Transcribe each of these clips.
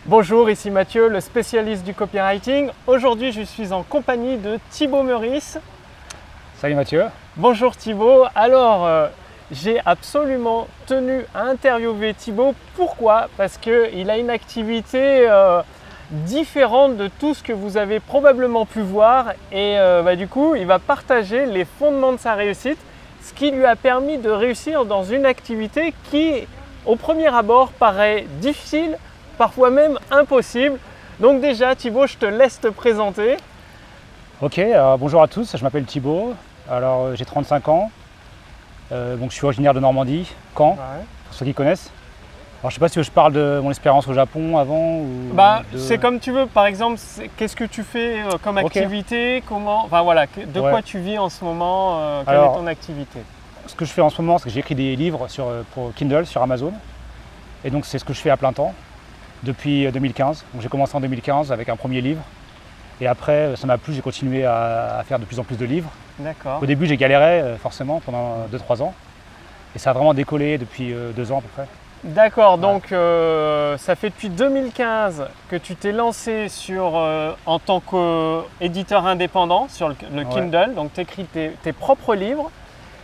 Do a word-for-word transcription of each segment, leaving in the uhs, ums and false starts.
Bonjour, ici Mathieu, le spécialiste du copywriting. Aujourd'hui, je suis en compagnie de Thibaut Meurice. Salut Mathieu. Bonjour Thibaut. Alors, euh, j'ai absolument tenu à interviewer Thibaut. Pourquoi? Parce qu'il a une activité euh, différente de tout ce que vous avez probablement pu voir. Et euh, bah, du coup, il va partager les fondements de sa réussite, ce qui lui a permis de réussir dans une activité qui, au premier abord, paraît difficile, parfois même impossible. Donc déjà, Thibaut, je te laisse te présenter. Ok, alors bonjour à tous, je m'appelle Thibaut, alors euh, j'ai trente-cinq ans, euh, donc je suis originaire de Normandie, Caen, Ouais. pour ceux qui connaissent. Alors je sais pas si je parle de mon expérience au Japon avant ou... Bah, de... c'est comme tu veux. Par exemple, c'est- qu'est-ce que tu fais euh, comme Ok. activité? Comment, enfin voilà, que- de Ouais. quoi tu vis en ce moment? euh, Quelle Alors, est ton activité? Ce que je fais en ce moment, c'est que j'écris des livres sur, euh, pour Kindle sur Amazon. Et donc c'est ce que je fais à plein temps depuis deux mille quinze. Donc j'ai commencé en deux mille quinze avec un premier livre. Et après, ça m'a plu, j'ai continué à, à faire de plus en plus de livres. D'accord. Au début, j'ai galéré euh, forcément pendant deux trois ans. Et ça a vraiment décollé depuis euh, deux ans à peu près. D'accord. Ouais. Donc, euh, ça fait depuis deux mille quinze que tu t'es lancé sur, euh, en tant qu'éditeur indépendant sur le, le Ouais. Kindle. Donc, tu écris tes, tes propres livres.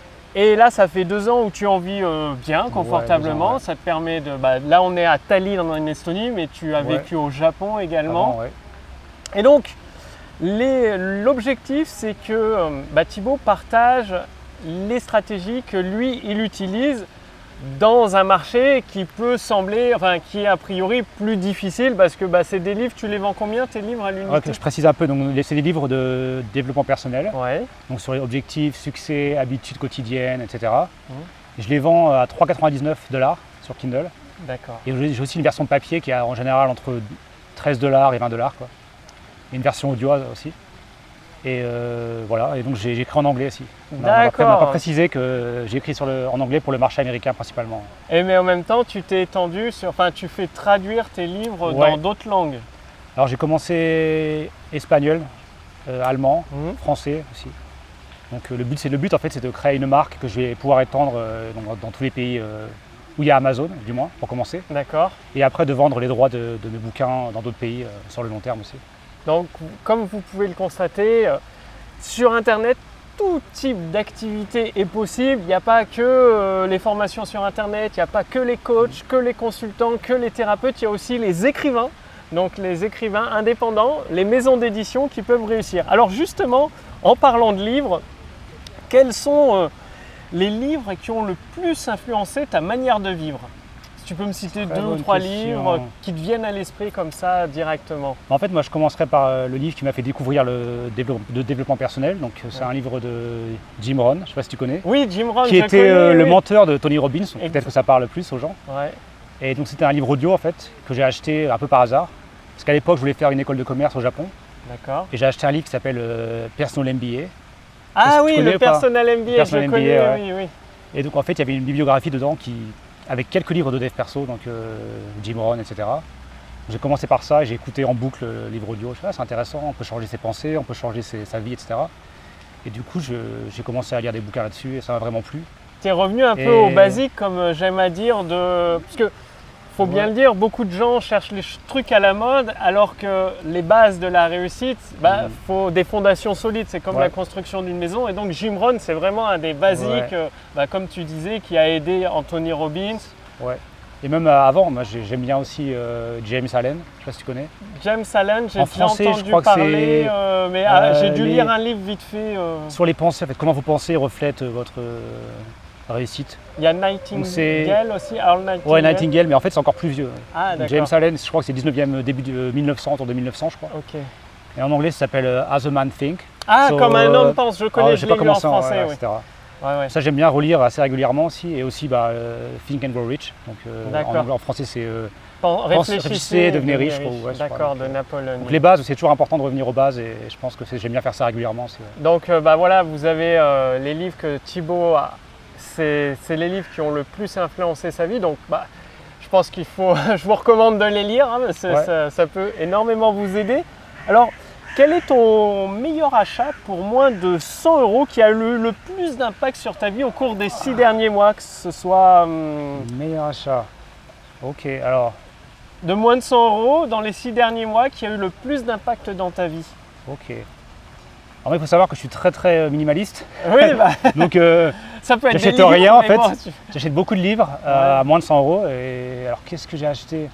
Et là, ça fait deux ans où tu en vis euh, bien, confortablement. deux ans, ouais. Ça te permet de. Bah, là, on est à Tallinn en Estonie, mais tu as Ouais. vécu au Japon également. Avant, ouais. Et donc, les- l'objectif, c'est que euh, bah, Thibaut partage les stratégies que lui, il utilise dans un marché qui peut sembler, enfin, qui est a priori plus difficile parce que bah, c'est des livres, tu les vends combien tes livres à l'unité? Ouais, que je précise un peu, donc c'est des livres de développement personnel, Ouais, donc sur les objectifs, succès, habitudes quotidiennes, et cetera. Mhm. Je les vends à trois euros quatre-vingt-dix-neuf dollars sur Kindle. d'accord. Et j'ai j'ai aussi une version papier qui est en général entre treize dollars et vingt dollars. Et une version audio aussi. Et euh, voilà, et donc j'ai j'ai écrit en anglais aussi. On n'a pas, D'accord. pas précisé que j'ai écrit sur le, en anglais pour le marché américain principalement. Et mais en même temps, tu t'es étendu sur, enfin, tu fais traduire tes livres Ouais. dans d'autres langues. Alors j'ai commencé espagnol, euh, allemand, Mhm. français aussi. Donc euh, le but, c'est le but en fait, c'est de créer une marque que je vais pouvoir étendre euh, dans, dans tous les pays euh, où il y a Amazon, du moins, pour commencer. D'accord. Et après de vendre les droits de, de mes bouquins dans d'autres pays euh, sur le long terme aussi. Donc, comme vous pouvez le constater, euh, sur Internet, tout type d'activité est possible. Il n'y a pas que euh, les formations sur Internet, il n'y a pas que les coachs, que les consultants, que les thérapeutes, il y a aussi les écrivains. Donc, les écrivains indépendants, les maisons d'édition qui peuvent réussir. Alors, justement, en parlant de livres, quels sont euh, les livres qui ont le plus influencé ta manière de vivre? Si tu peux me citer Très deux ou bonne trois question. livres qui te viennent à l'esprit comme ça directement. En fait, moi, je commencerai par euh, le livre qui m'a fait découvrir le développement, le développement personnel. Donc, c'est Ouais. un livre de Jim Rohn, je ne sais pas si tu connais, Oui, Jim Rohn, qui je était connais, euh, le oui. menteur de Tony Robbins. Donc Et- peut-être que ça parle plus aux gens. Ouais, Et donc, c'était un livre audio en fait que j'ai acheté un peu par hasard. Parce qu'à l'époque, je voulais faire une école de commerce au Japon. d'accord. Et j'ai acheté un livre qui s'appelle euh, Personal M B A. Ah tu oui, connais le ou pas? Personal M B A, Personal je M B A, connais, ouais. oui, oui. Et donc, en fait, il y avait une bibliographie dedans qui, avec quelques livres de dev perso, donc euh, Jim Rohn, et cetera. J'ai commencé par ça et j'ai écouté en boucle le livre audio. Je me suis dit, ah, c'est intéressant, on peut changer ses pensées, on peut changer ses- sa vie, et cetera. Et du coup, je- j'ai commencé à lire des bouquins là-dessus et ça m'a vraiment plu. Tu es revenu un peu Et- au basique, comme euh, j'aime à dire, de... parce que faut bien Ouais. le dire, beaucoup de gens cherchent les ch- trucs à la mode, alors que les bases de la réussite, bah, Mhm. faut des fondations solides. C'est comme Ouais. la construction d'une maison. Et donc Jim Rohn, c'est vraiment un des basiques, Ouais. euh, bah, comme tu disais, qui a aidé Anthony Robbins. Ouais. Et même euh, avant, moi j'ai- j'aime bien aussi euh, James Allen, je sais pas si tu connais. James Allen, j'ai En déjà français, je entendu crois que parler, c'est, euh, mais ah, euh, j'ai dû les- lire un livre vite fait. euh. Sur les pensées, en fait, comment vos pensées reflètent euh, votre euh, réussite. Il y a c'est- Nightingale aussi, Earl Nightingale. Ouais, Nightingale, mais en fait c'est encore plus vieux. Ah, Donc, d'accord. James Allen, je crois que c'est dix-neuvième, début de mille neuf cents, autour de mille neuf cents, je crois. Ok. Et en anglais, ça s'appelle euh, As a Man Think. Ah, So, comme un euh, homme pense, je connais, Ah, je j'ai l'ai pas lu en commencé, français, voilà, oui. et cetera. Ouais, ouais. Ça, j'aime bien relire assez régulièrement aussi, et aussi bah, euh, Think and Grow Rich. Donc, euh, en, D'accord. anglais- en français, c'est euh, Pen- Pense- Réfléchissez, réfléchissez, devenez riche, je crois, ouais, je crois. D'accord, Donc, de euh, Napoléon. donc les bases. C'est toujours important de revenir aux bases, et je pense que c'est- j'aime bien faire ça régulièrement. c'est- Donc, euh, bah voilà, vous avez euh, les livres que Thibaut a. C'est c'est les livres qui ont le plus influencé sa vie. Donc, bah, je pense qu'il faut. Je vous recommande de les lire. Hein, parce que Ouais. ça, ça peut énormément vous aider. Alors, quel est ton meilleur achat pour moins de cent euros qui a eu le plus d'impact sur ta vie au cours des six derniers mois, que ce soit. hum, Meilleur achat. Ok, alors de moins de cent euros dans les six derniers mois qui a eu le plus d'impact dans ta vie? Ok. Alors il faut savoir que je suis très très minimaliste. Oui, bah, donc euh, ça peut être des j'achète livres, rien en mais fait. bon, tu- J'achète beaucoup de livres euh, Ouais. à moins de cent euros. Et alors qu'est-ce que j'ai acheté?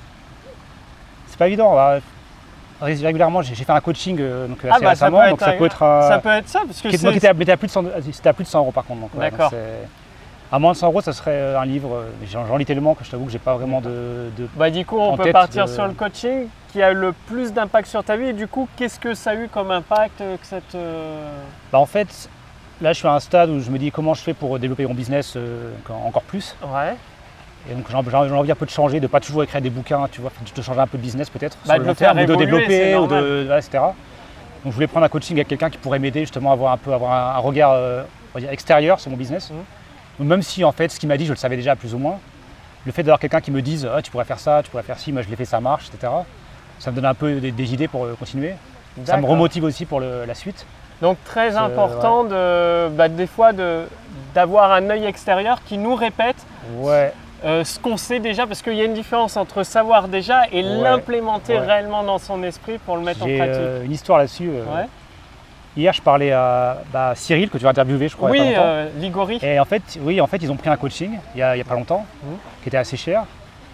C'est pas évident. Bah, ré- régulièrement, j'ai j'ai fait un coaching euh, donc, Ah assez bah, ça récemment. peut donc être ça un- peut être un- Ça peut être ça, parce que qui, moi, qui c'est... était à, mais était à plus de cent, c'était à plus de cent euros par contre. donc, ouais, donc D'accord. c'est- à moins de cent euros, ça serait euh, un livre. euh, mais J'en j'en lis tellement que je t'avoue que j'ai pas vraiment de, de- Bah du coup, on en peut tête partir de- sur le coaching qui a eu le plus d'impact sur ta vie. Et du coup, qu'est-ce que ça a eu comme impact euh, que cette, euh, Bah, en fait, là, je suis à un stade où je me dis comment je fais pour développer mon business euh, encore encore plus. Ouais. Et donc j'ai envie j'ai envie un peu de changer, de pas toujours écrire des bouquins, tu vois, de changer un peu de business peut-être, Bah, sur de le le long terme, faire ou de évoluer, développer, c'est ou de, normal. voilà, et cetera. Donc je voulais prendre un coaching avec quelqu'un qui pourrait m'aider justement à avoir un peu avoir un, un regard euh, on va dire, extérieur sur mon business. Mhm. Donc, même si en fait ce qu'il m'a dit je le savais déjà plus ou moins, le fait d'avoir quelqu'un qui me dise ah, tu pourrais faire ça, tu pourrais faire ci, moi je l'ai fait, ça marche, et cetera. Ça me donne un peu des, des idées pour euh, continuer. Ça me D'accord. remotive aussi pour le- la suite. Donc très C'est- important de, bah, des fois de, d'avoir un œil extérieur qui nous répète Ouais. euh, ce qu'on sait déjà, parce qu'il y a une différence entre savoir déjà et Ouais. l'implémenter Ouais. réellement dans son esprit pour le mettre en J'ai pratique. euh, une histoire là-dessus. euh, Ouais. Hier je parlais à bah, Cyril que tu vas interviewer je crois il y a Oui, pas longtemps. euh, Ligori. Et en fait, oui, en fait, ils ont pris un coaching il y a, il y a pas longtemps, Mhm. qui était assez cher.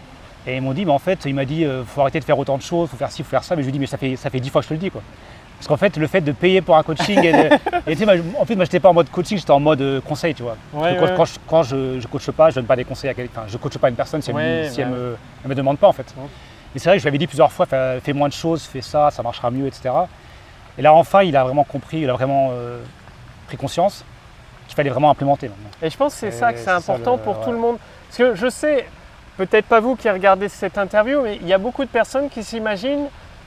Et ils m'ont dit, mais en fait, il m'a dit, euh, faut arrêter de faire autant de choses, faut faire ci, faut faire ça. Mais je lui dis, mais ça fait, ça fait dix fois que je te le dis, quoi. Parce qu'en fait, le fait de payer pour un coaching, et, de- et tu sais, moi, je- en fait, moi, j'étais pas en mode coaching, j'étais en mode euh, conseil, tu vois. Parce Ouais, que quand, ouais. quand je, quand je, je coache pas, je donne pas des conseils à quelqu'un. Enfin, je coache pas une personne si elle, Ouais, me, si elle bah me, elle me demande pas, en fait. Mhm. Et c'est vrai que je lui avais dit plusieurs fois, fais, fais moins de choses, fais ça, ça marchera mieux, et cetera. Et là, enfin, il a vraiment compris, il a vraiment euh, pris conscience qu'il fallait vraiment implémenter maintenant. Et je pense que c'est Et ça que c'est c'est ça, important le- pour tout ouais. le monde. Parce que je sais, peut-être pas vous qui regardez cette interview, mais il y a beaucoup de personnes qui s'imaginent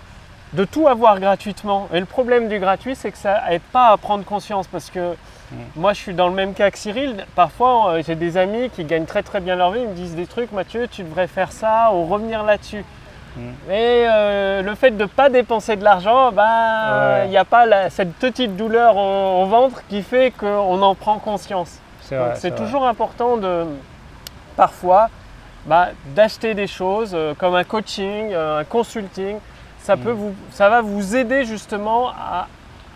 de tout avoir gratuitement. Et le problème du gratuit, c'est que ça n'aide pas à prendre conscience. Parce que Mm. moi, je suis dans le même cas que Cyril. Parfois, euh, j'ai des amis qui gagnent très très bien leur vie. Ils me disent des trucs, Mathieu, tu devrais faire ça ou revenir là-dessus. Mm. Mais euh, le fait de ne pas dépenser de l'argent, ben, il Ouais. n'y a pas la- cette petite douleur au, au ventre qui fait qu'on en prend conscience. C'est Donc vrai, c'est vrai. toujours important de, parfois, bah, d'acheter des choses euh, comme un coaching, euh, un consulting. Ça, peut Mm. vous, ça va vous aider justement à,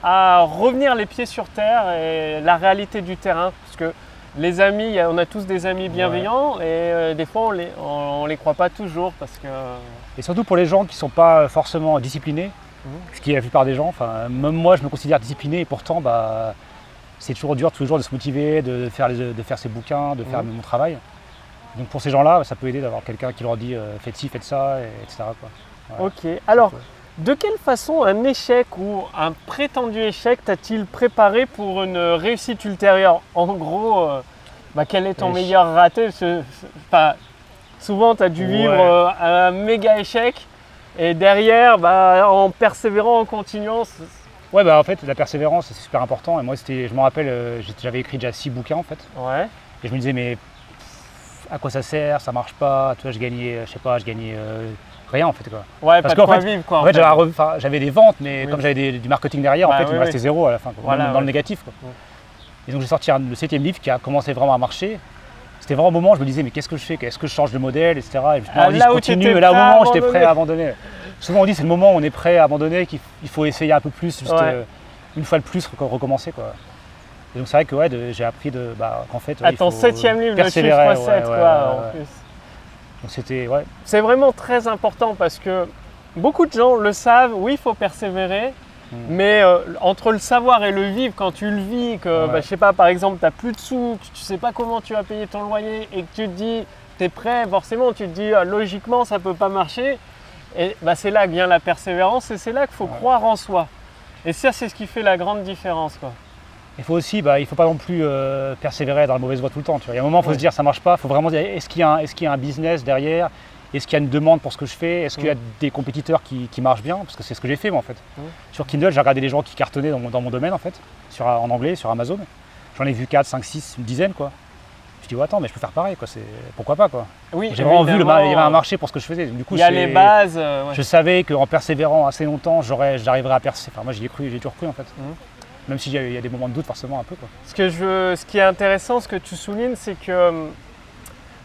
à revenir les pieds sur terre et la réalité du terrain. Parce que les amis, il y a- on a tous des amis bienveillants et euh, des fois on les, on, on les croit pas toujours parce que... Et surtout pour les gens qui ne sont pas forcément disciplinés, Mhm. ce qui est la plupart des gens. Enfin, même moi, je me considère discipliné et pourtant, bah, c'est toujours dur tous les jours de se motiver, de faire, les- de faire ses bouquins, de faire Mhm. mon travail. Donc pour ces gens-là, ça peut aider d'avoir quelqu'un qui leur dit euh, faites ci, faites ça, et, etc. quoi. Ouais. Ok. Alors, de quelle façon un échec ou un prétendu échec t'a-t-il préparé pour une réussite ultérieure? En gros, euh, bah, quel est ton Échec. meilleur raté? Parce que, enfin, souvent, tu as dû vivre Ouais. euh, un méga échec et derrière, bah, en persévérant, en continuant, c'est- Ouais, bah en fait, la persévérance, c'est super important. Et moi, c'était, je me rappelle, euh, j'ai- j'avais écrit déjà six bouquins en fait. ouais. Et je me disais, mais pff, à quoi ça sert? Ça marche pas. Tu vois, je gagnais, je sais pas, je gagnais euh, rien en fait. Quoi. Ouais, Parce pas de qu'en quoi fait- vivre quoi. En fait, j'avais, un re- enfin, j'avais des ventes, mais Oui. comme j'avais des- du marketing derrière, Bah, en fait, oui, il me oui. restait zéro à la fin, quoi. Voilà, Même dans ouais. le négatif. Quoi. Mm. Et donc j'ai sorti un- le septième livre qui a commencé vraiment à marcher. C'était vraiment au moment où je me disais, mais qu'est-ce que je fais? Est-ce que je change de modèle, et cetera. Et je me suis dit, Ah, non, vas-y, là je où continue. t'étais Et là, au prêt à moment où j'étais prêt à abandonner. abandonner. Souvent, on dit, c'est le moment où on est prêt à abandonner qu'il f- il faut essayer un peu plus, juste Ouais. euh, une fois de plus, reco- recommencer. Quoi. Et donc c'est vrai que ouais, de- j'ai appris de, bah, qu'en fait, ouais, À il ton faut septième livre, le chiffre persévérer, ouais, sept, ouais, quoi, ouais, en ouais. plus. Donc c'était, ouais, C'est vraiment très important parce que beaucoup de gens le savent, oui, il faut persévérer, Mm. mais euh, entre le savoir et le vivre, quand tu le vis, que Ouais. bah, je sais pas, par exemple, tu n'as plus de sous, que tu sais pas comment tu vas payer ton loyer et que tu te dis, tu es prêt, forcément, tu te dis, ah, logiquement, ça peut pas marcher. Et bah, c'est là que vient la persévérance et c'est là qu'il faut Ouais. croire en soi. Et ça, c'est ce qui fait la grande différence, quoi. il faut aussi, bah, il faut pas non plus euh, persévérer dans la mauvaise voie tout le temps. Tu vois. Il y a un moment, il faut Ouais. se dire, ça marche pas. Il faut vraiment dire, est-ce qu'il y a un, est-ce qu'il y a un business derrière? Est-ce qu'il y a une demande pour ce que je fais? Est-ce qu'il y a Mm. des compétiteurs qui, qui marchent bien? Parce que c'est ce que j'ai fait moi en fait. Mm. Sur Kindle, j'ai regardé les gens qui cartonnaient dans mon, dans mon domaine en fait, sur, en anglais, sur Amazon. J'en ai vu quatre, cinq, six, une dizaine quoi. Je dis, ouais, attends, mais je peux faire pareil quoi. C'est... Pourquoi pas quoi? Oui, J'ai vraiment vu, le, mar- il y avait un évidemment, marché pour ce que je faisais. Du coup, il y a c'est- les bases. euh, ouais. je savais qu'en persévérant assez longtemps, j'aurais, j'arriverais à percer. Enfin, moi, j'y ai cru, j'ai toujours cru en fait. Mhm. Même s'il y a, il y a des moments de doute, forcément un peu quoi. Ce, que je, ce qui est intéressant, ce que tu soulignes, c'est que hum,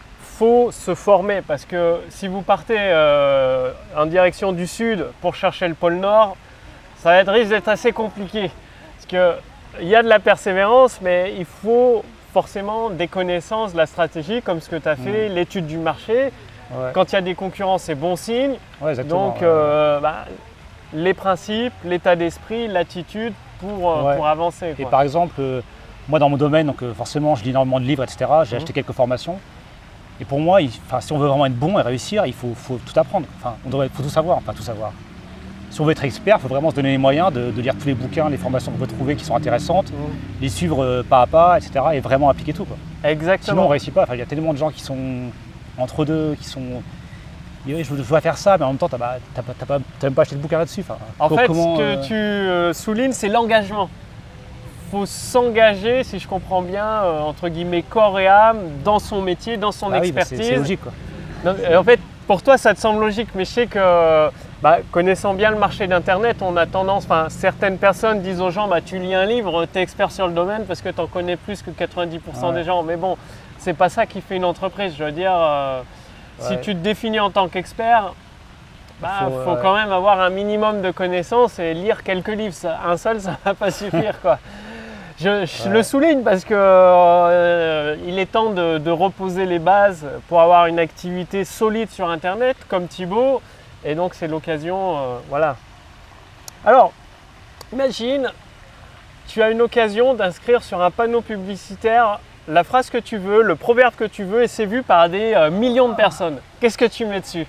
faut se former parce que si vous partez euh, en direction du sud pour chercher le pôle Nord, ça va être, risque d'être assez compliqué. Parce qu'il y a de la persévérance, mais il faut forcément des connaissances de la stratégie, comme ce que tu as fait, mmh. l'étude du marché. Ouais. Quand il y a des concurrents, c'est bon signe. Ouais, Donc, ouais. euh, bah, les principes, l'état d'esprit, l'attitude pour, euh, ouais. pour avancer. Et quoi. par exemple, euh, moi dans mon domaine, donc, euh, forcément, je lis énormément de livres, et cetera. J'ai mmh. acheté quelques formations. Et pour moi, il, si on veut vraiment être bon et réussir, il faut, faut tout apprendre. Enfin, on doit, faut tout savoir, enfin tout savoir. Si on veut être expert, il faut vraiment se donner les moyens de, de lire tous les bouquins, les formations qu'on peut trouver qui sont intéressantes, mmh. les suivre euh, pas à pas, et cetera. Et vraiment appliquer tout. Quoi. Exactement. Sinon, on ne réussit pas. Enfin, il y a tellement de gens qui sont entre deux, qui sont... Oui, je dois faire ça, mais en même temps, tu n'as même pas acheté de bouquin là-dessus. Enfin, en fait, comment, ce que euh... tu euh, soulignes, c'est l'engagement. Il faut s'engager, si je comprends bien, euh, entre guillemets, corps et âme, dans son métier, dans son bah expertise. Oui, c'est logique. Quoi. Donc, en fait, pour toi, ça te semble logique, mais je sais que, bah, connaissant bien le marché d'Internet, on a tendance, enfin, certaines personnes disent aux gens, bah, tu lis un livre, tu es expert sur le domaine parce que tu en connais plus que quatre-vingt-dix pour cent ouais. des gens. Mais bon, c'est pas ça qui fait une entreprise. Je veux dire, euh, ouais. si tu te définis en tant qu'expert, il bah, faut, faut ouais. quand même avoir un minimum de connaissances et lire quelques livres. Ça, un seul, ça va pas suffire, quoi. Je, je ouais. le souligne parce qu'il euh, est temps de, de reposer les bases pour avoir une activité solide sur Internet, comme Thibaut. Et donc, c'est l'occasion, euh, voilà. Alors, imagine, tu as une occasion d'inscrire sur un panneau publicitaire la phrase que tu veux, le proverbe que tu veux, et c'est vu par des euh, millions de personnes. Qu'est-ce que tu mets dessus?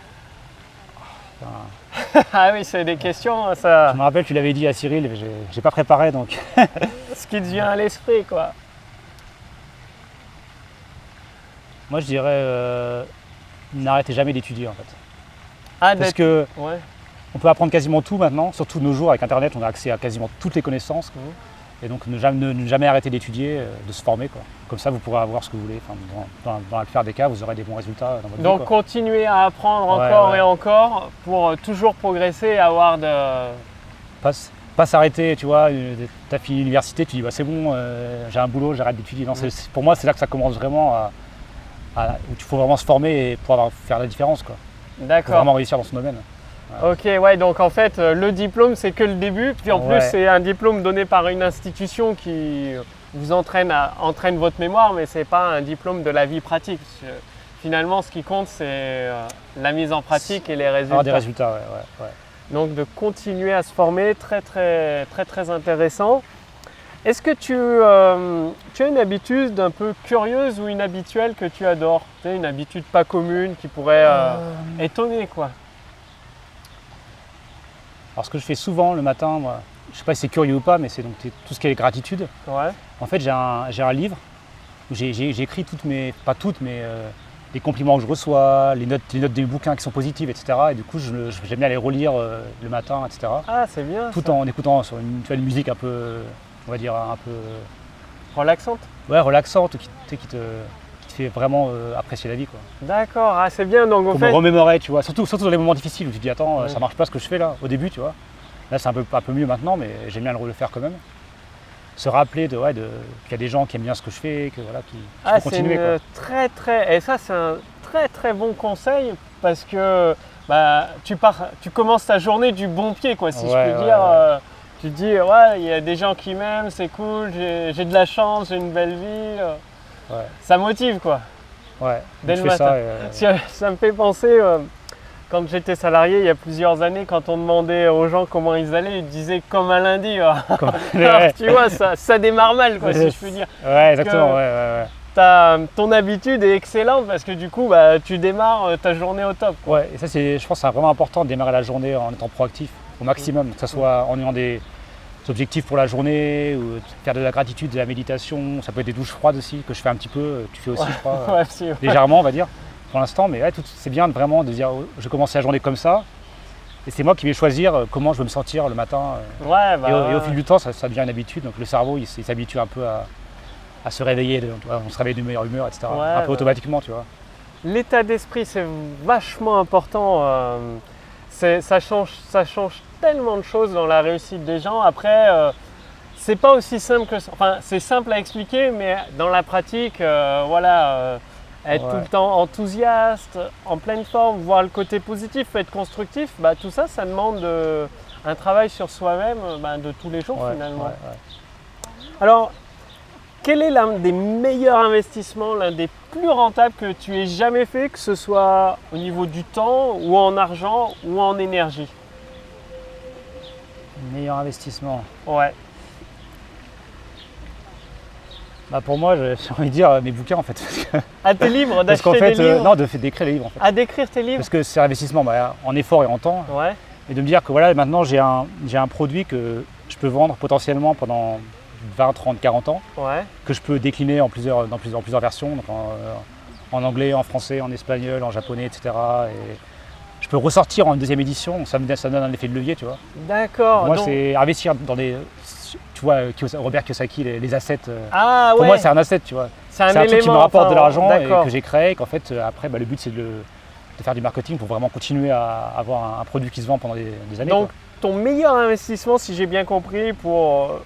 Ah oui, c'est des questions, ça... Je me rappelle, tu l'avais dit à Cyril, mais j'ai pas préparé, donc... Ce qui te vient à l'esprit, quoi. Moi, je dirais, euh, n'arrêtez jamais d'étudier, en fait. Ah, Parce que ouais. on peut apprendre quasiment tout maintenant, surtout de nos jours, avec Internet, on a accès à quasiment toutes les connaissances. Mmh. Et donc, ne jamais, ne jamais arrêter d'étudier, de se former, quoi. Comme ça, vous pourrez avoir ce que vous voulez. Enfin, dans, dans, dans la plupart des cas, vous aurez des bons résultats dans votre Donc, vie, quoi. continuer à apprendre encore ouais, ouais. et encore pour toujours progresser et avoir de... Pas, pas s'arrêter, tu vois, tu as fini l'université, tu dis bah, c'est bon, euh, j'ai un boulot, j'arrête d'étudier. Mmh. Pour moi, c'est là que ça commence vraiment à... à où il faut vraiment se former et pouvoir faire la différence, quoi. D'accord. Faut vraiment réussir dans son domaine. Ouais. Ok, ouais, donc en fait, le diplôme, c'est que le début. Puis en ouais. plus, c'est un diplôme donné par une institution qui vous entraîne, à, entraîne votre mémoire, mais ce n'est pas un diplôme de la vie pratique. Finalement, ce qui compte, c'est la mise en pratique et les résultats. Avoir des résultats, ouais, ouais, ouais. Donc de continuer à se former, très, très, très, très intéressant. Est-ce que tu, euh, tu as une habitude un peu curieuse ou inhabituelle que tu adores? Tu sais, une habitude pas commune qui pourrait euh, euh... étonner, quoi. Alors ce que je fais souvent le matin, moi, je ne sais pas si c'est curieux ou pas, mais c'est donc tout ce qui est gratitude. Ouais. En fait, j'ai un, j'ai un livre où j'ai, j'ai, j'ai écrit toutes mes, pas toutes, mais euh, les compliments que je reçois, les notes, les notes des bouquins qui sont positives, et cetera. Et du coup, je, je, j'aime bien les relire euh, le matin, et cetera. Ah, c'est bien. Tout ça. En écoutant sur une, tu vois, une musique un peu, on va dire un peu relaxante. Ouais, relaxante, qui, qui te fait vraiment euh, apprécier la vie, quoi. D'accord, ah, c'est bien. Donc, pour fait... me remémorer, tu vois, surtout, surtout dans les moments difficiles où tu te dis attends, oui. ça marche pas ce que je fais là, au début, tu vois. Là, c'est un peu, un peu mieux maintenant, mais j'aime bien le faire quand même. Se rappeler de, ouais, de, qu'il y a des gens qui aiment bien ce que je fais, que voilà, qui, qui ah, faut continuer. C'est une très très, et ça c'est un très très bon conseil parce que bah, tu pars, tu commences ta journée du bon pied, quoi, si ouais, je puis ouais, dire. Ouais. Euh, tu te dis ouais, il y a des gens qui m'aiment, c'est cool, j'ai, j'ai de la chance, j'ai une belle vie. Euh, ouais. Ça motive, quoi. Ouais. Dès le matin. Ça, et, euh... ça, ça me fait penser. Euh, Quand j'étais salarié il y a plusieurs années, quand on demandait aux gens comment ils allaient, ils disaient comme un lundi. Comme... Alors, ouais. Tu vois, ça, ça démarre mal, quoi, si je peux dire. Ouais, exactement. Ouais, ouais, ouais. Ta, ton habitude est excellente parce que du coup, bah, tu démarres ta journée au top, quoi. Ouais, et ça, c'est, je pense que c'est vraiment important de démarrer la journée en étant proactif au maximum, mmh. que ce soit en ayant des objectifs pour la journée, ou faire de la gratitude, de la méditation. Ça peut être des douches froides aussi, que je fais un petit peu. Tu fais aussi, ouais. je crois, ouais, si, ouais. légèrement, on va dire. Pour l'instant, mais ouais, tout, c'est bien de vraiment de dire, oh, je vais commencer la journée comme ça, et c'est moi qui vais choisir comment je veux me sentir le matin. Ouais, bah, et, au, ouais. et au fil du temps, ça, ça devient une habitude, donc le cerveau, il, il s'habitue un peu à, à se réveiller, de, on se réveille de meilleure humeur, et cetera. Ouais, un peu bah, automatiquement, tu vois. L'état d'esprit, c'est vachement important. Euh, c'est, ça change, ça change tellement de choses dans la réussite des gens. Après, euh, c'est pas aussi simple que ça. Enfin, c'est simple à expliquer, mais dans la pratique, euh, voilà. Euh, être Ouais. tout le temps enthousiaste, en pleine forme, voir le côté positif, être constructif, bah, tout ça, ça demande euh, un travail sur soi-même bah, de tous les jours Ouais, finalement. ouais, ouais. Alors, quel est l'un des meilleurs investissements, l'un des plus rentables que tu aies jamais fait, que ce soit au niveau du temps ou en argent ou en énergie? Meilleur investissement. Ouais. Bah pour moi, j'ai j'ai envie de dire euh, mes bouquins en fait. Parce que- À tes livres, Parce qu'en d'acheter fait, des euh, livres, non, de fait d'écrire les livres en fait. à décrire tes livres. Parce que c'est un investissement bah, en effort et en temps. Ouais, Et de me dire que voilà, maintenant j'ai un, j'ai un produit que je peux vendre potentiellement pendant vingt, trente, quarante ans, ouais. que je peux décliner en plusieurs, dans, plusieurs, en plusieurs versions, donc en, euh, en anglais, en français, en espagnol, en japonais, et cetera. Et je peux ressortir en une deuxième édition, ça me, ça me donne un effet de levier, tu vois. D'accord. Moi, donc- c'est investir dans des, tu vois, Kiyos- Robert Kiyosaki, les, les assets. euh, Ah pour ouais, moi, c'est un asset, tu vois. c'est un C'est un truc qui me élément, rapporte enfin, de l'argent et d'accord. que j'ai créé, et qu'en fait, euh, après, bah, le but, c'est de, le- de faire du marketing pour vraiment continuer à avoir un, un produit qui se vend pendant des, des années. Donc, quoi. ton meilleur investissement, si j'ai bien compris, pour euh,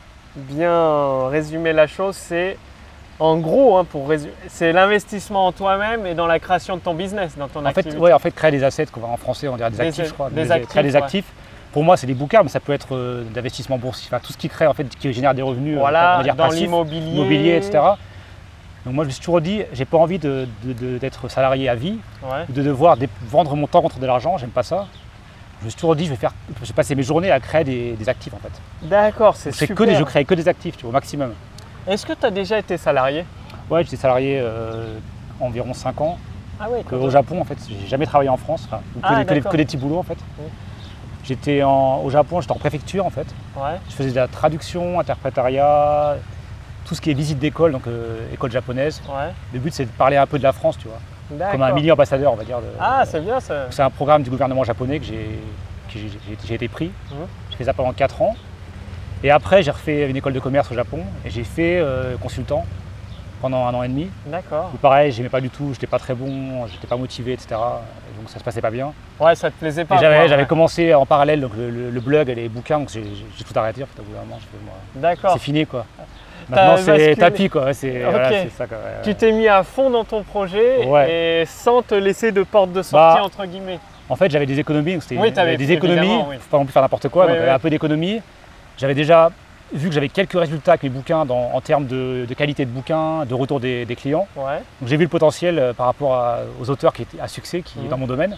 bien résumer la chose, c'est en gros, hein, pour résumer, c'est l'investissement en toi-même et dans la création de ton business, dans ton En fait, activité. ouais, en fait, créer des assets, qu'on va en français, on dirait des Des- actifs, je crois. des Mais actifs, créer des ouais. actifs. Pour moi, c'est des bouquins, mais ça peut être euh, d'investissement boursier, enfin, tout ce qui crée, en fait, qui génère des revenus, euh, on Voilà, va dire dans passifs, l'immobilier. immobilier, et cetera. Donc moi, je me suis toujours dit, j'ai pas envie de- de- de- d'être salarié à vie, Ouais. ou de devoir dé- vendre mon temps contre de l'argent, j'aime pas ça. Je me suis toujours dit, je vais faire, je vais passer mes journées à créer des, des actifs, en fait. D'accord, c'est Je fais super. que des, je crée que des actifs, tu vois, au maximum. Est-ce que tu as déjà été salarié? Ouais, j'étais salarié euh, environ cinq ans. Ah ouais, Au Japon, en fait, j'ai jamais travaillé en France, enfin, ou que, Ah, des, que des- d'accord. que des petits boulots, en fait. Oui. J'étais en- au Japon, j'étais en préfecture, en fait. Ouais. Je faisais de la traduction, interprétariat, tout ce qui est visite d'école, donc euh, école japonaise. Ouais. Le but, c'est de parler un peu de la France, tu vois, D'accord. comme un mini ambassadeur, on va dire. de- Ah, c'est bien ça. C'est un programme du gouvernement japonais que j'ai que j'ai- j'ai- j'ai été pris. Mhm. J'ai fait ça pendant quatre ans. Et après, j'ai refait une école de commerce au Japon et j'ai fait euh, consultant pendant un an et demi. D'accord. Où pareil, j'aimais pas du tout, j'étais pas très bon, j'étais pas motivé, et cetera. Et donc ça se passait pas bien. Ouais, ça te plaisait pas. Et j'avais quoi, j'avais ouais. commencé en parallèle donc le, le- le blog et les bouquins, donc j'ai j'ai tout arrêté en fait, au bout d'un moment. j'ai fait, moi, D'accord. c'est fini quoi. Maintenant c'est basculé. tapis quoi, ouais, c'est Ok. voilà, c'est ça quoi. ouais, Tu ouais. t'es mis à fond dans ton projet Ouais. et sans te laisser de porte de sortie, Bah, entre guillemets. En fait j'avais des économies, donc c'était Oui, t'avais- des économies, évidemment, oui. faut pas non plus faire n'importe quoi, Oui, donc oui. j'avais un peu d'économies. J'avais déjà vu que j'avais quelques résultats avec mes bouquins dans- en termes de, de qualité de bouquins, de retour des, des clients. Ouais. Donc j'ai vu le potentiel euh, par rapport à- aux auteurs qui étaient à succès, qui Mhm. dans mon domaine.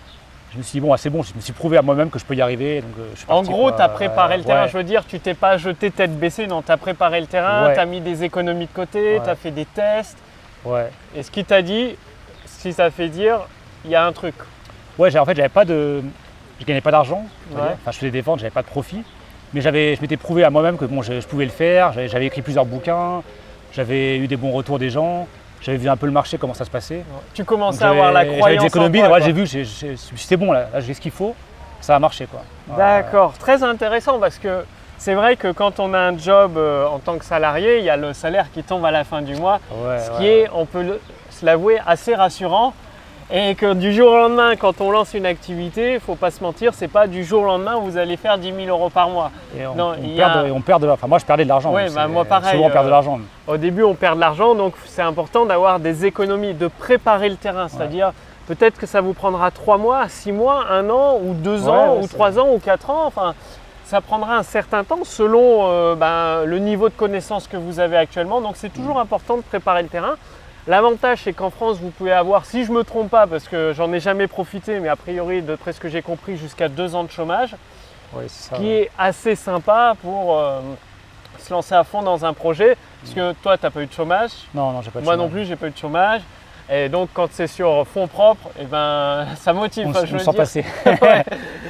Je me suis dit bon, ah, c'est bon, je me suis prouvé à moi-même que je peux y arriver. Donc, euh, je suis En parti, gros, quoi. tu as préparé le Ouais. terrain. Je veux dire, tu t'es pas jeté tête baissée, non, tu as préparé le terrain, Ouais. tu as mis des économies de côté, Ouais. tu as fait des tests. Ouais. Et ce qui t'a dit, ce qui t'a fait dire, il y a un truc. Ouais, j'ai- en fait, j'avais pas de, je gagnais pas d'argent. on va Ouais. dire. Enfin, je faisais des ventes, j'avais pas de profit, mais j'avais, je m'étais prouvé à moi-même que bon, je, je pouvais le faire. J'avais, j'avais écrit plusieurs bouquins, j'avais eu des bons retours des gens, j'avais vu un peu le marché comment ça se passait. Tu commençais Donc, à avoir la j'avais- croyance J'avais des économies, en toi, voilà, quoi. j'ai vu, j'ai- j'ai- c'est bon là, là j'ai ce qu'il faut, ça a marché quoi. D'accord, très intéressant parce que c'est vrai que quand on a un job euh, en tant que salarié, il y a le salaire qui tombe à la fin du mois, Ouais, ce ouais, qui ouais. est, on peut le- se l'avouer, assez rassurant. Et que du jour au lendemain, quand on lance une activité, il ne faut pas se mentir, c'est pas du jour au lendemain où vous allez faire dix mille euros par mois. Et on, Non, on il y perd a- de, on perd de l'argent. Enfin, moi, je perdais de l'argent. Ouais, donc bah, c'est- moi, pareil, Souvent, on perd de euh, l'argent. Au début, on perd de l'argent, donc c'est important d'avoir des économies, de préparer le terrain. C'est-à-dire, peut-être que ça vous prendra trois mois, six mois, un an, ou deux Ouais, ans, ouais, ou c'est trois ans, ou quatre ans. Enfin, ça prendra un certain temps selon euh, ben, le niveau de connaissance que vous avez actuellement. Donc, c'est toujours important de préparer le terrain. L'avantage, c'est qu'en France, vous pouvez avoir, si je ne me trompe pas, parce que j'en ai jamais profité, mais a priori, d'après ce que j'ai compris, jusqu'à deux ans de chômage, Ouais, c'est ça, qui ouais. est assez sympa pour euh, se lancer à fond dans un projet. Parce que toi, tu n'as pas eu de chômage. Non, non, j'ai pas de Moi chômage. non plus, j'ai pas eu de chômage. Et donc, quand c'est sur fonds propres, eh ben, ça motive. On, enfin, s- je on veux s'en dire. passait. Ouais.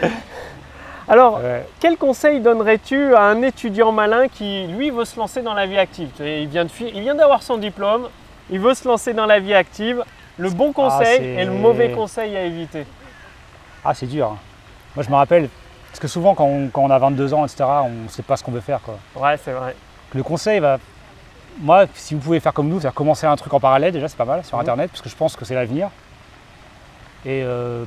Alors, Ouais. quel conseil donnerais-tu à un étudiant malin qui, lui, veut se lancer dans la vie active? Et Il vient de fi- il vient d'avoir son diplôme, il veut se lancer dans la vie active. Le bon conseil c'est- et le mauvais conseil à éviter. Ah, c'est dur. Moi, je me rappelle, parce que souvent, quand on, quand on a vingt-deux ans, et cetera, on ne sait pas ce qu'on veut faire, quoi. Ouais, c'est vrai. Le conseil va. Moi, si vous pouvez faire comme nous, c'est-à-dire commencer un truc en parallèle, déjà, c'est pas mal sur Mhm. Internet, parce que je pense que c'est l'avenir. Et euh,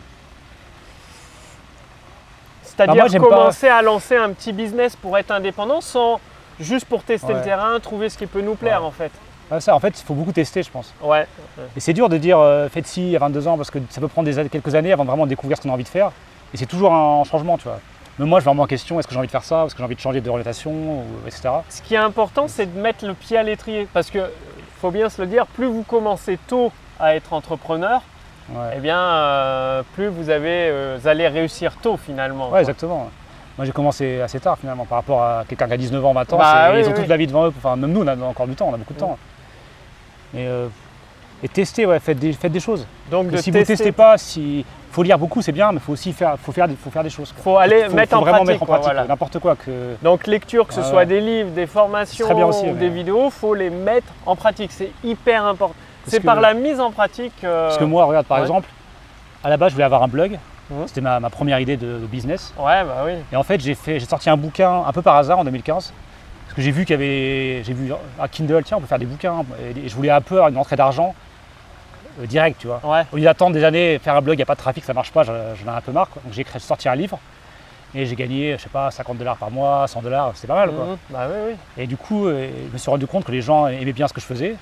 C'est-à-dire Bah, moi, j'aime pas- commencer à lancer un petit business pour être indépendant sans juste pour tester le Ouais. terrain, trouver ce qui peut nous plaire Ouais. en fait. Ouais, ça, en fait, il faut beaucoup tester, je pense. Ouais. Et c'est dur de dire euh, faites ci à vingt-deux ans parce que ça peut prendre des, quelques années avant de vraiment découvrir ce qu'on a envie de faire. Et c'est toujours un changement, tu vois. Mais moi, je vais vraiment en question, est-ce que j'ai envie de faire ça, est-ce que j'ai envie de changer d'orientation, ou, et cetera. Ce qui est important, c'est de mettre le pied à l'étrier. Parce qu'il faut bien se le dire, plus vous commencez tôt à être entrepreneur, ouais. eh bien, euh, plus vous, avez, euh, vous allez réussir tôt finalement. Ouais, quoi. exactement. Moi, j'ai commencé assez tard finalement par rapport à quelqu'un qui a dix-neuf ans, vingt ans. Bah, oui, ils ont oui. toute la vie devant eux. Enfin, même nous, on a encore du temps, on a beaucoup de temps. Mais, euh, et tester, ouais, faites des, faites des choses. Donc, de si tester, vous ne testez pas, il faut lire beaucoup, c'est bien, mais il faut aussi faire, faut faire, faut faire des choses. Il faut aller faut, mettre, faut en vraiment pratique, mettre en quoi, pratique. voilà. N'importe quoi. Que... Donc lecture, que ce ah, soit ouais. des livres, des formations très bien aussi, ou mais... des vidéos, il faut les mettre en pratique. C'est hyper important. C'est que... par la mise en pratique. Euh... Parce que moi, regarde, par ouais. exemple, à la base, je voulais avoir un blog. Mmh. C'était ma, ma première idée de, de business. Ouais, bah oui. Et en fait, j'ai fait, j'ai sorti un bouquin un peu par hasard en deux mille quinze. Parce que j'ai vu qu'il y avait, j'ai vu à Kindle, tiens, on peut faire des bouquins. Et je voulais un peu avoir une entrée d'argent euh, direct, tu vois. Ouais. Au lieu d'attendre des années, faire un blog, il n'y a pas de trafic, ça marche pas, j'en ai un peu marre, quoi. Donc j'ai créé, sorti un livre et j'ai gagné, je sais pas, cinquante dollars par mois, cent dollars, c'était pas mal, quoi. Mmh. Bah oui, oui. Et du coup, euh, je me suis rendu compte que les gens aimaient bien ce que je faisais.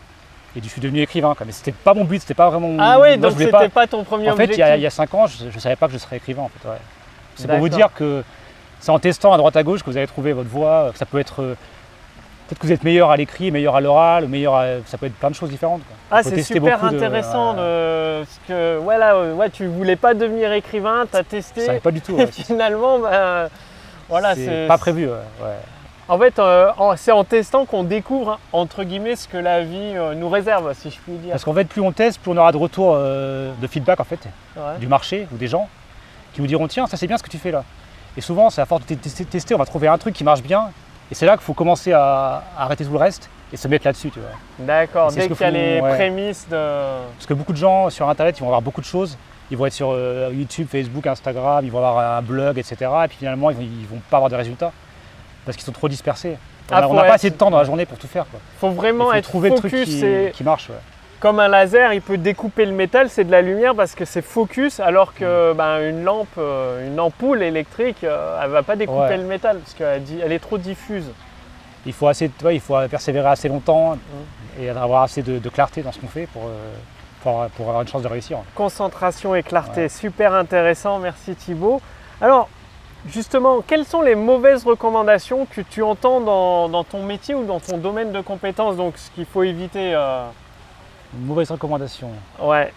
Et je suis devenu écrivain, quoi. Mais c'était pas mon but, c'était pas vraiment. Ah oui, moi, donc je voulais c'était pas... pas ton premier En fait, objectif. il y, a, il y a cinq ans, je ne savais pas que je serais écrivain, en fait. Ouais. C'est pour vous D'accord. dire que c'est en testant à droite à gauche que vous allez trouver votre voie, que ça peut être. euh, Peut-être que vous êtes meilleur à l'écrit, meilleur à l'oral, meilleur à... ça peut être plein de choses différentes, quoi. Ah, Faut c'est tester super beaucoup de- intéressant. ouais. De... Parce que ouais, là, euh, ouais, tu voulais pas devenir écrivain, tu as testé. Je savais pas du tout. Et Ouais. finalement, bah, voilà, c'est c'est pas prévu. Ouais. Ouais. En fait, euh, en- c'est en testant qu'on découvre, hein, entre guillemets, ce que la vie euh, nous réserve, si je puis dire. Parce qu'en fait, plus on teste, plus on aura de retour euh, de feedback en fait, Ouais. du marché ou des gens qui vous diront tiens, ça c'est bien ce que tu fais là. Et souvent, c'est à force de tester, tester, on va trouver un truc qui marche bien. Et c'est là qu'il faut commencer à, à arrêter tout le reste et se mettre là-dessus, tu vois. D'accord, Et c'est dès ce que qu'il y a font- les ouais. prémices de... Parce que beaucoup de gens sur Internet, ils vont avoir beaucoup de choses. Ils vont être sur euh, YouTube, Facebook, Instagram, ils vont avoir un blog, et cetera. Et puis finalement, ils vont, ils vont pas avoir de résultats parce qu'ils sont trop dispersés. On Ah, n'a faut pas être- assez de temps dans la journée pour tout faire, quoi. faut vraiment Il faut être trouver le truc focus. qui, et qui marche. Ouais. Comme un laser, il peut découper le métal, c'est de la lumière parce que c'est focus, alors que Mm. ben, une lampe, euh, une ampoule électrique, euh, elle va pas découper Ouais. le métal parce qu'elle di- elle est trop diffuse. Il faut, assez, ouais, il faut persévérer assez longtemps et avoir assez de, de clarté dans ce qu'on fait pour, euh, pour, avoir, pour avoir une chance de réussir. Concentration et clarté, Ouais. super intéressant, merci Thibaut. Alors, justement, quelles sont les mauvaises recommandations que tu entends dans, dans ton métier ou dans ton domaine de compétences? Donc, ce qu'il faut éviter. euh, Une mauvaise recommandation. Ouais,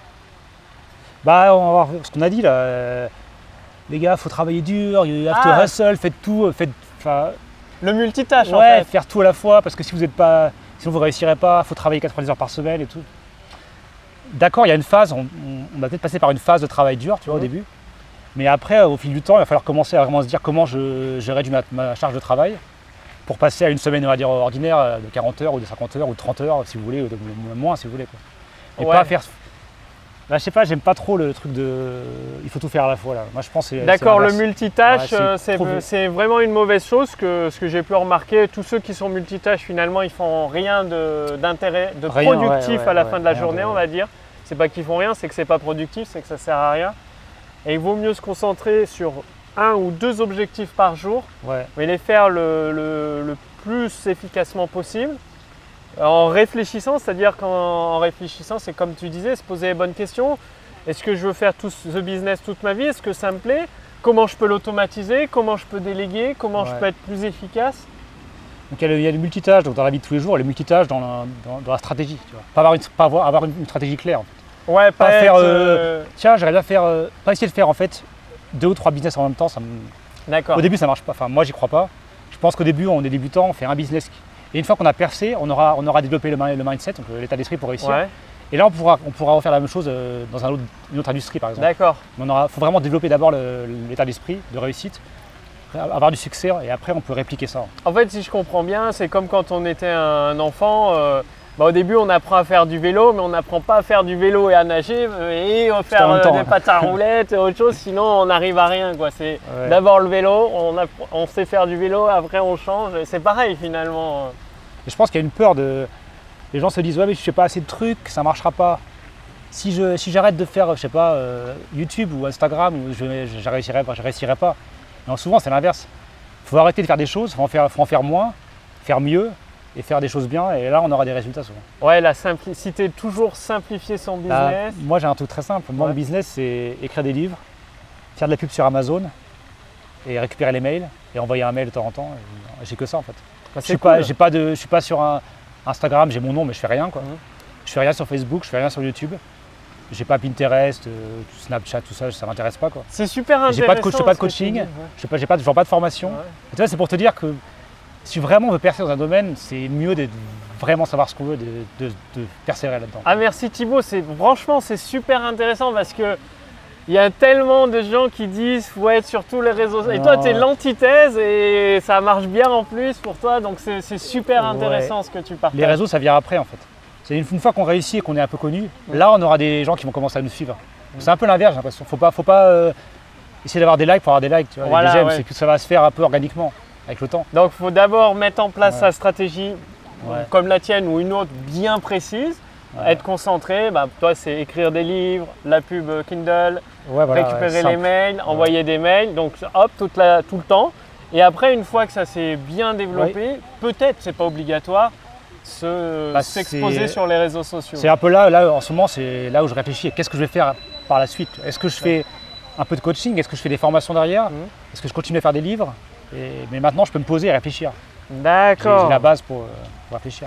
Bah, on va voir ce qu'on a dit là. Euh, Les gars, faut travailler dur, you have to Ah. hustle, faites tout, faites. enfin, le multitâche en ouais, fait. faire tout à la fois parce que si vous n'êtes pas, sinon vous réussirez pas. Faut travailler quatre-vingt-dix heures par semaine et tout. D'accord, il y a une phase, on, on- on va peut-être passer par une phase de travail dur, tu vois, au Mhm. début. Mais après, au fil du temps, il va falloir commencer à vraiment se dire comment je, je réduis ma, ma charge de travail pour passer à une semaine, on va dire, ordinaire euh, de quarante heures ou de cinquante heures ou de trente heures, si vous voulez, ou de ou moins, si vous voulez, quoi. Et Ouais. pas faire. Bah, je sais pas, j'aime pas trop le truc de. Il faut tout faire à la fois là. Moi, je pense. que c'est- D'accord, c'est le l'inverse. multitâche, Ouais, c'est euh, c'est trop- c'est vraiment une mauvaise chose. Que, ce que j'ai pu remarquer, tous ceux qui sont multitâches, finalement, ils font rien de- d'intérêt, de, Rien, productif ouais, ouais, à la ouais, fin de la rien journée, de- on va dire. C'est pas qu'ils font rien, c'est que c'est pas productif, c'est que ça sert à rien. Et il vaut mieux se concentrer sur un ou deux objectifs par jour, Ouais. mais les faire le, le- le plus efficacement possible. En réfléchissant, c'est-à-dire qu'en réfléchissant, c'est comme tu disais, se poser les bonnes questions. Est-ce que je veux faire tout ce business toute ma vie? Est-ce que ça me plaît? Comment je peux l'automatiser? Comment je peux déléguer? Comment je Ouais. peux être plus efficace? Donc il y a le, il y a le multitâche donc dans la vie de tous les jours, et le multitâche dans la, dans, dans la stratégie. Tu vois. Pas avoir une, pas avoir, avoir une, une stratégie claire. En fait. Ouais, Pas pas faire, être, euh, euh, Tiens, j'aimerais bien faire. euh, pas essayer de faire en fait deux ou trois business en même temps. Ça me... D'accord. Au début, ça marche pas. Enfin, moi, j'y crois pas. Je pense qu'au début, on est débutant, on fait un business. Et une fois qu'on a percé, on aura, on aura développé le, mi- le mindset, donc l'état d'esprit pour réussir. Ouais, Et là, on pourra, on pourra refaire la même chose euh, dans un autre- une autre industrie, par exemple. d'accord. Mais il faut vraiment développer d'abord le- l'état d'esprit de réussite, avoir du succès, et après, on peut répliquer ça. En fait, si je comprends bien, c'est comme quand on était un enfant. euh, bah, au début, on apprend à faire du vélo, mais on n'apprend pas à faire du vélo et à nager euh, et à faire en même euh, temps, des hein. pattes à roulettes et autre chose, sinon on n'arrive à rien, quoi. C'est Ouais. d'abord le vélo, on, appre- on sait faire du vélo, après on change. et C'est pareil finalement. Et je pense qu'il y a une peur de. Les gens se disent ouais mais je fais pas assez de trucs, ça marchera pas. Si je si j'arrête de faire je sais pas euh, YouTube ou Instagram, ou je je réussirai pas, je réussirai pas. Non, souvent c'est l'inverse. Il faut arrêter de faire des choses, il faut en faire, faut en faire moins, faire mieux. Et une fois qu'on a percé, on aura, on aura développé d'abord le- l'état d'esprit de réussite. Et après, on peut répliquer ça. et faire des choses bien. Et là, on aura des résultats souvent. Ouais, la simplicité, toujours simplifier son business. Bah, moi, j'ai un truc très simple. Moi, Ouais. mon business, c'est écrire des livres, faire de la pub sur Amazon et récupérer les mails et envoyer un mail de temps en temps. Et j'ai que ça en fait. Bah, Je suis c'est pas, cool. j'ai pas de, je suis pas sur un Instagram, j'ai mon nom, mais je fais rien quoi. Mhm. Je fais rien sur Facebook, je fais rien sur YouTube. J'ai pas Pinterest, euh, Snapchat, tout ça, ça m'intéresse pas quoi. C'est super intéressant. J'ai pas de coach, je fais pas de ce que tu coaching, dis, ouais. je fais pas, j'ai pas, de- je vends pas de formation. Ouais. Et tu vois, c'est pour te dire que si vraiment on veut percer dans un domaine, c'est mieux de vraiment savoir ce qu'on veut, de, de- de persévérer là-dedans. Ah merci Thibaut, c'est franchement c'est super intéressant parce que il y a tellement de gens qui disent faut être sur tous les réseaux et toi Non. tu es l'antithèse et ça marche bien en plus pour toi donc c'est c'est super intéressant ce que tu partages. Les réseaux, ça vient après en fait. C'est une, une fois qu'on réussit et qu'on est un peu connu, Ouais. là on aura des gens qui vont commencer à nous suivre. C'est un peu l'inverse, j'ai l'impression. Faut pas, faut pas euh, essayer d'avoir des likes pour avoir des likes. Tu vois. Voilà, les j'aime, ouais. c'est que ça va se faire un peu organiquement avec le temps. Donc il faut d'abord mettre en place Ouais. sa stratégie Ouais. comme la tienne ou une autre bien précise, Ouais. être concentré, bah, toi c'est écrire des livres, la pub Kindle, Ouais, voilà, récupérer ouais, les simple. mails, envoyer des mails, donc hop, toute la- tout le temps. Et après, une fois que ça s'est bien développé, peut-être, c'est pas obligatoire, se- Bah, s'exposer c'est- sur les réseaux sociaux. C'est un peu là, là en ce moment, c'est là où je réfléchis. Qu'est-ce que je vais faire par la suite? Est-ce que je fais un peu de coaching? Est-ce que je fais des formations derrière? Mhm. Est-ce que je continue à faire des livres? Et- Mais maintenant, je peux me poser et réfléchir. J'ai D'accord. j'ai la base pour, euh, pour réfléchir.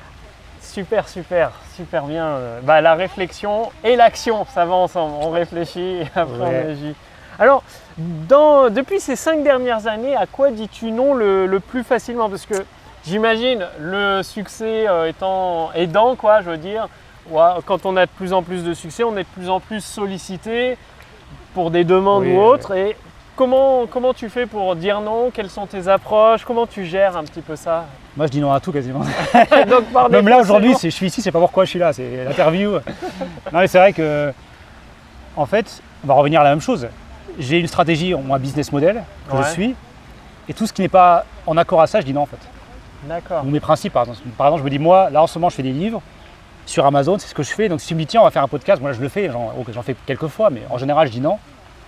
Super, super, super bien. Euh, Bah, la réflexion et l'action, ça va ensemble. On réfléchit et après Ouais. on agit. Alors, dans- depuis ces cinq dernières années, à quoi dis-tu non le, le plus facilement? Parce que j'imagine le succès euh, étant aidant, quoi, je veux dire. Ouais, quand on a de plus en plus de succès, on est de plus en plus sollicité pour des demandes Oui, ou oui. autres. Et comment, comment tu fais pour dire non? Quelles sont tes approches? Comment tu gères un petit peu ça? Moi, je dis non à tout quasiment. Donc, par Même défaut, là aujourd'hui, c'est c'est- je suis ici, c'est pas pourquoi je suis là, c'est l'interview. Non mais c'est vrai que, en fait, on va revenir à la même chose. J'ai une stratégie, un business model que Ouais. je suis, et tout ce qui n'est pas en accord à ça, je dis non en fait. bon. D'accord. Donc mes principes, par exemple, par exemple, je me dis moi, là en ce moment, je fais des livres sur Amazon, c'est ce que je fais. Donc si tu me dis tiens, on va faire un podcast, moi là, je le fais, j'en ok, j'en fais quelques fois, mais en général, je dis non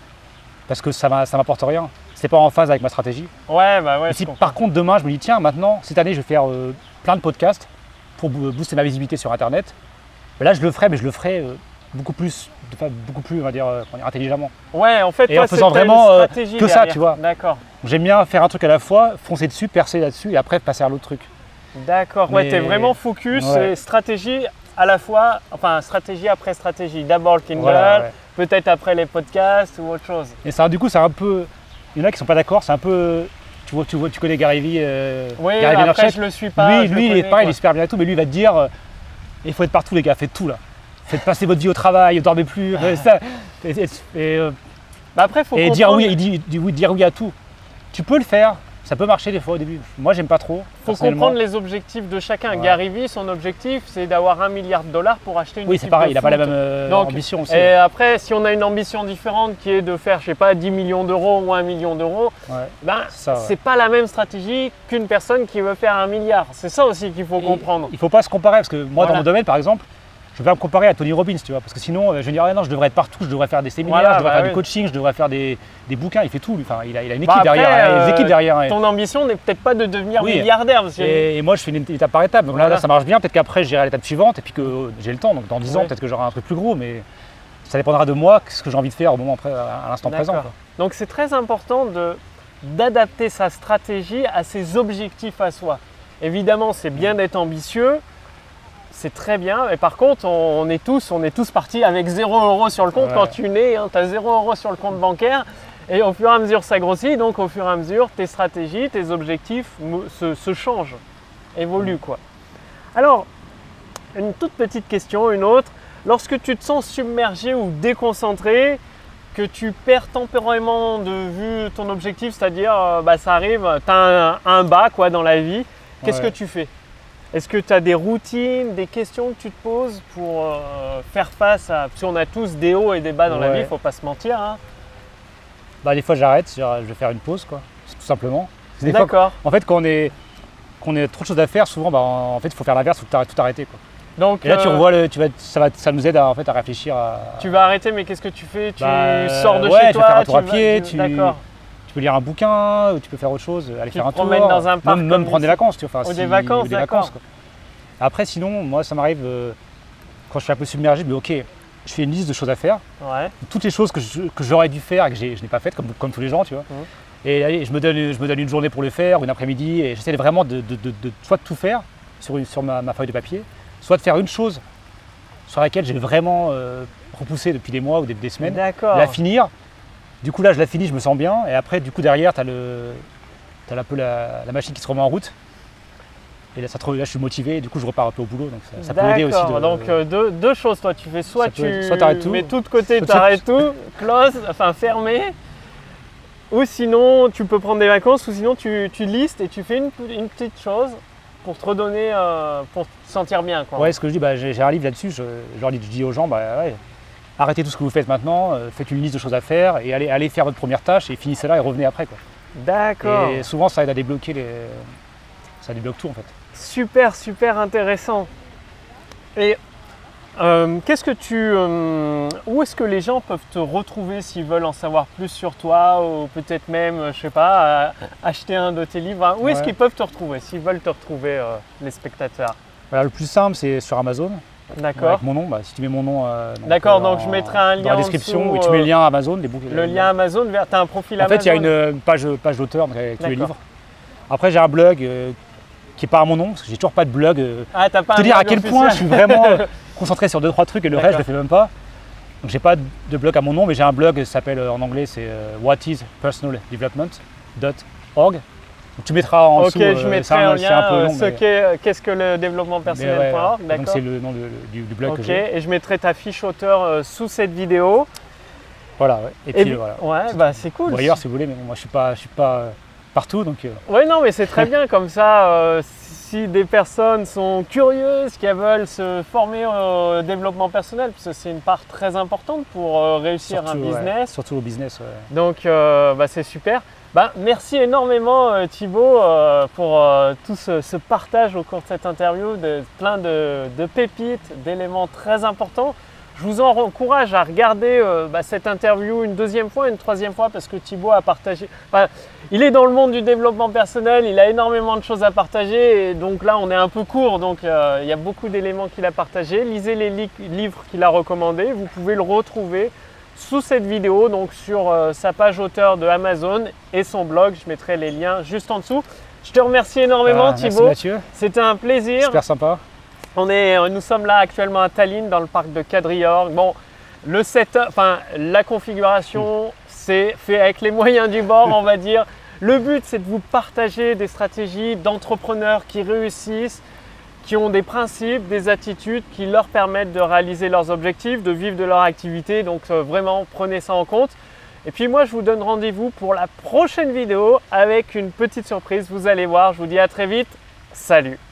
parce que ça m'a- ça m'apporte rien. C'est pas en phase avec ma stratégie. Ouais, bah ouais. Et je si comprends. par contre demain je me dis tiens maintenant cette année je vais faire euh, plein de podcasts pour bo- booster ma visibilité sur internet, ben là je le ferai mais je le ferai euh, beaucoup plus, enfin, beaucoup plus on va dire, euh, comment dire, intelligemment. Ouais, en fait, Et toi, en faisant c'est que t'as une vraiment, euh, stratégie que ça, derrière. tu vois. D'accord. J'aime bien faire un truc à la fois, foncer dessus, percer là-dessus et après passer à l'autre truc. D'accord. Ouais, Mais- t'es vraiment focus Ouais. et stratégie à la fois, enfin stratégie après stratégie. D'abord le Kindle, Voilà, ouais. peut-être après les podcasts ou autre chose. Et ça du coup c'est un peu, il y en a qui sont pas d'accord, c'est un peu, tu vois, tu vois, tu connais Gary Vee, euh, Oui, Gary après Vaynerchuk. je le suis pas. Lui, je lui le il est connais, pareil, il quoi. est super bien et tout, mais lui il va te dire euh, il faut être partout les gars, faites tout là. Faites passer votre vie au travail, ne dormez plus, euh, ça. Et, et- et, euh, Bah après, faut Et comprendre. dire oui, il dit, il dit oui, dire oui à tout. Tu peux le faire, ça peut marcher des fois au début. Moi, j'aime pas trop. Faut personnellement. comprendre les objectifs de chacun. Ouais. Gary Vee, son objectif, c'est d'avoir un milliard de dollars pour acheter une Oui, équipe c'est pareil, de il n'a pas la foot. même euh, Donc, ambition aussi. Et après, si on a une ambition différente qui est de faire, je sais pas, dix millions d'euros ou un million d'euros, Ouais. ben, Ça, ouais. c'est pas la même stratégie qu'une personne qui veut faire un milliard. C'est ça aussi qu'il faut Et comprendre. Il faut pas se comparer parce que moi, Voilà. dans mon domaine, par exemple, je ne vais pas me comparer à Tony Robbins, tu vois, parce que sinon, euh, je vais dire, ah non, je devrais être partout, je devrais faire des séminaires, Voilà, je devrais bah faire oui. du coaching, je devrais faire des, des bouquins. Il fait tout, lui. Enfin, il a, il a une Bah équipe après, derrière, il a des euh, équipes derrière. hein. Ton ambition n'est peut-être pas de devenir Oui. milliardaire. Parce que- Et, et moi, je fais une étape par étape. Donc là, Voilà. là, ça marche bien. Peut-être qu'après, j'irai à l'étape suivante et puis que euh, j'ai le temps. Donc dans dix ans, Ouais. peut-être que j'aurai un truc plus gros, mais ça dépendra de moi, ce que j'ai envie de faire au moment pré- à l'instant présent. D'accord. quoi. Donc c'est très important de- d'adapter sa stratégie à ses objectifs à soi. Évidemment, c'est bien d'être ambitieux, c'est très bien, mais par contre, on, on est tous, on est tous partis avec zéro euro sur le compte. Ouais. Quand tu nais, tu as zéro euro sur le compte bancaire, et au fur et à mesure, ça grossit, donc au fur et à mesure, tes stratégies, tes objectifs mou- se, se changent, évoluent, quoi. Alors, une toute petite question, une autre. Lorsque tu te sens submergé ou déconcentré, que tu perds temporairement de vue ton objectif, c'est-à-dire euh, bah, ça arrive, tu as un, un bas quoi, dans la vie, qu'est-ce Ouais. que tu fais? Est-ce que tu as des routines, des questions que tu te poses pour euh, faire face à... Parce qu'on a tous des hauts et des bas dans la Ouais. vie, il ne faut pas se mentir. Hein. Bah, des fois, j'arrête, je je vais faire une pause, quoi, tout simplement. C'est des fois, D'accord. en fait, quand on est, qu'on a trop de choses à faire, souvent, bah, en fait, il faut faire l'inverse, il faut tout arrêter. Quoi. Donc, Et là, tu euh, revois, le, tu vas, ça, va, ça nous aide à, en fait, à réfléchir à. tu vas arrêter, mais qu'est-ce que tu fais? Tu Bah, sors de ouais, chez je vais toi faire un tour tu à pied, vas- tu- D'accord. Tu Tu peux lire un bouquin, ou tu peux faire autre chose, aller Tu faire te un tour, promènes dans un parc même, comme même prendre des ici. vacances. Tu vois, enfin, Ou si- des vacances, ou des d'accord. vacances, quoi. Après, sinon, moi, ça m'arrive, euh, quand je suis un peu submergé, mais ok, je fais une liste de choses à faire. Ouais. Toutes les choses que, je- que j'aurais dû faire et que j'ai- je n'ai pas faites, comme, comme tous les gens, tu vois. Mhm. Et allez, je me, donne, je me donne une journée pour le faire, ou une après-midi, et j'essaie vraiment de, de- de- de- soit de tout faire sur, une- sur ma, ma feuille de papier, soit de faire une chose sur laquelle j'ai vraiment euh, repoussé depuis des mois ou des, des semaines, D'accord. la finir. Du coup, là, je la finis, je me sens bien, et après, du coup, derrière, tu as, le, t'as un peu la, la machine qui se remet en route. Et là, ça, te- là, je suis motivé, et du coup, je repars un peu au boulot, donc ça, ça peut aider aussi. D'accord, De, donc euh, deux, deux choses, toi tu fais soit Ça peut tu être- soit t'arrêtes tout, mets tout de côté, soit tu arrêtes tout, close, enfin fermé, ou sinon tu peux prendre des vacances, ou sinon tu, tu listes et tu fais une, une petite chose pour te redonner, euh, pour te sentir bien, quoi. Ouais, ce que je dis, bah, j'ai j'ai un livre là-dessus, je, je leur dis, je dis aux gens, bah, ouais, arrêtez tout ce que vous faites maintenant, euh, faites une liste de choses à faire, et allez, allez faire votre première tâche, et finissez là, et revenez après, quoi. D'accord, Et souvent, ça aide à débloquer les... ça débloque tout, en fait. super super intéressant. Et euh, qu'est-ce que tu, euh, où est-ce que les gens peuvent te retrouver s'ils veulent en savoir plus sur toi, ou peut-être même, euh, je sais pas, euh, acheter un de tes livres, hein. Où est-ce Ouais. qu'ils peuvent te retrouver s'ils veulent te retrouver, euh, les spectateurs? Voilà, le plus simple, c'est sur Amazon, D'accord. avec mon nom. Bah, si tu mets mon nom euh, donc, D'accord, euh, donc je en- mettrai un dans lien la en description, dessous, et tu mets le euh, lien Amazon, les bouquins. Le lien Amazon, vers, tu as un profil En Amazon? fait, il y a une euh, page, page d'auteur donc, avec tous les D'accord. livres. Après, j'ai un blog euh, qui n'est pas à mon nom, parce que j'ai toujours pas de blog. euh, Ah, t'as pas te un dire à blog quel point je officiel. suis vraiment euh, concentré sur deux trois trucs et le reste je D'accord. le fais même pas. Donc j'ai pas de blog à mon nom, mais j'ai un blog qui s'appelle euh, en anglais c'est euh, what is personal development dot org. Donc tu mettras en Ok, dessous. je euh, c'est mettrai un, un c'est lien, un peu euh, long, ce mais- qu'est, euh, qu'est-ce que le développement mais personnel ouais, point org, donc d'accord. c'est le nom de- du, du blog que Ok, j'ai. et je mettrai ta fiche auteur euh, sous cette vidéo. Voilà. Ouais. Et, Et puis bi- voilà. ouais, bah c'est cool. Bon, ailleurs si vous voulez, mais bon, moi je suis pas, je suis pas euh, partout donc. euh, Ouais, non, mais c'est très bien comme ça. euh, si des personnes sont curieuses, qui veulent se former au développement personnel, parce que c'est une part très importante pour euh, réussir surtout, un ouais, business. surtout au business. Ouais. Donc, euh, bah, c'est super. Bah, merci énormément euh, Thibaut euh, pour euh, tout ce, ce partage au cours de cette interview, de plein de, de pépites, d'éléments très importants. Je vous encourage à regarder euh, bah, cette interview une deuxième fois, une troisième fois, parce que Thibaut a partagé. Enfin, il est dans le monde du développement personnel, il a énormément de choses à partager, et donc là on est un peu court, donc euh, il y a beaucoup d'éléments qu'il a partagés. Lisez les li- livres qu'il a recommandés, vous pouvez le retrouver sous cette vidéo, donc sur euh, sa page auteur de Amazon et son blog. Je mettrai les liens juste en dessous. Je te remercie énormément Ah, merci Thibaut, Mathieu, c'était un plaisir. super sympa. On est, euh, nous sommes là actuellement à Tallinn, dans le parc de Kadriorg. Bon, le setup, enfin la configuration, c'est fait avec les moyens du bord, on va dire. Le but, c'est de vous partager des stratégies d'entrepreneurs qui réussissent, qui ont des principes, des attitudes qui leur permettent de réaliser leurs objectifs, de vivre de leur activité. Donc euh, vraiment, prenez ça en compte. Et puis moi, je vous donne rendez-vous pour la prochaine vidéo avec une petite surprise. Vous allez voir, je vous dis à très vite. Salut!